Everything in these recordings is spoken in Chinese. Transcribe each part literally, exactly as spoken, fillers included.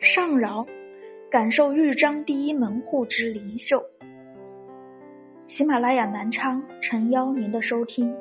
上饶，感受豫章第一门户之灵秀。喜马拉雅南昌诚邀您的收听。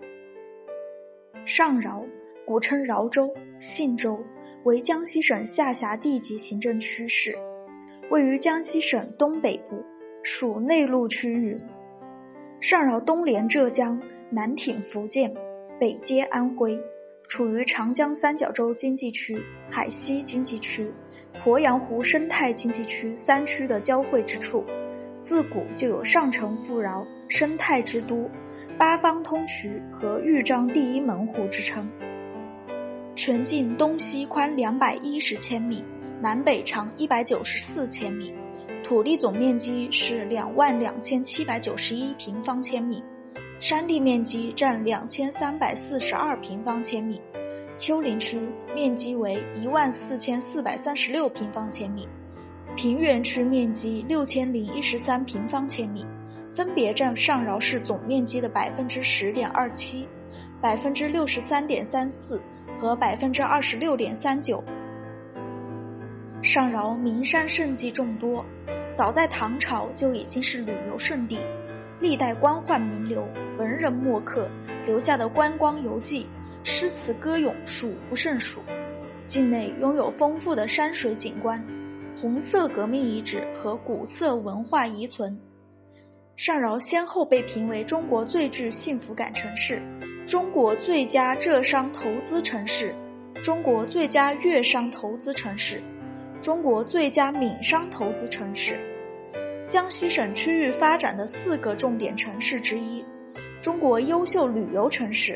上饶，古称饶州、信州，为江西省下辖地级行政区市，位于江西省东北部，属内陆区域。上饶东连浙江，南挺福建，北接安徽，处于长江三角洲经济区、海西经济区、鄱阳湖生态经济区三区的交汇之处，自古就有上承富饶、生态之都、八方通衢和豫章第一门户之称。全境东西宽两百一十千米，南北长一百九十四千米，土地总面积是两万两千七百九十一平方千米，山地面积占两千三百四十二平方千米，丘陵区面积为一万四千四百三十六平方千米，平原区面积六千零一十三平方千米，分别占上饶市总面积的百分之十点二七、百分之六十三点三四和百分之二十六点三九。上饶名山胜迹众多，早在唐朝就已经是旅游胜地，历代官宦名流、文人墨客留下的观光游记、诗词歌咏数不胜数。境内拥有丰富的山水景观、红色革命遗址和古色文化遗存。上饶先后被评为中国最具幸福感城市、中国最佳浙商投资城市、中国最佳粤商投资城市、中国最佳闽商投资城市，江西省区域发展的四个重点城市之一，中国优秀旅游城市。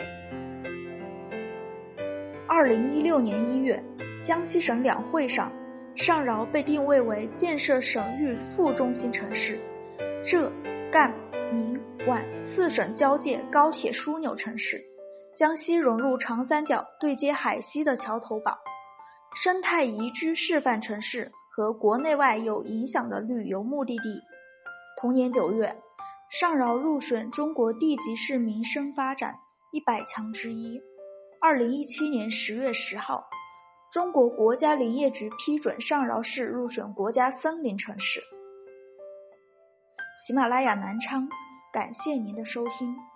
二零一六年一月，江西省两会上，上饶被定位为建设省域副中心城市、浙、赣、宁、皖四省交界高铁枢纽城市，江西融入长三角对接海西的桥头堡，生态宜居示范城市和国内外有影响的旅游目的地。同年九月，上饶入选中国地级市民生发展一百强之一。二零一七年十月十号，中国国家林业局批准上饶市入选国家森林城市。喜马拉雅南昌，感谢您的收听。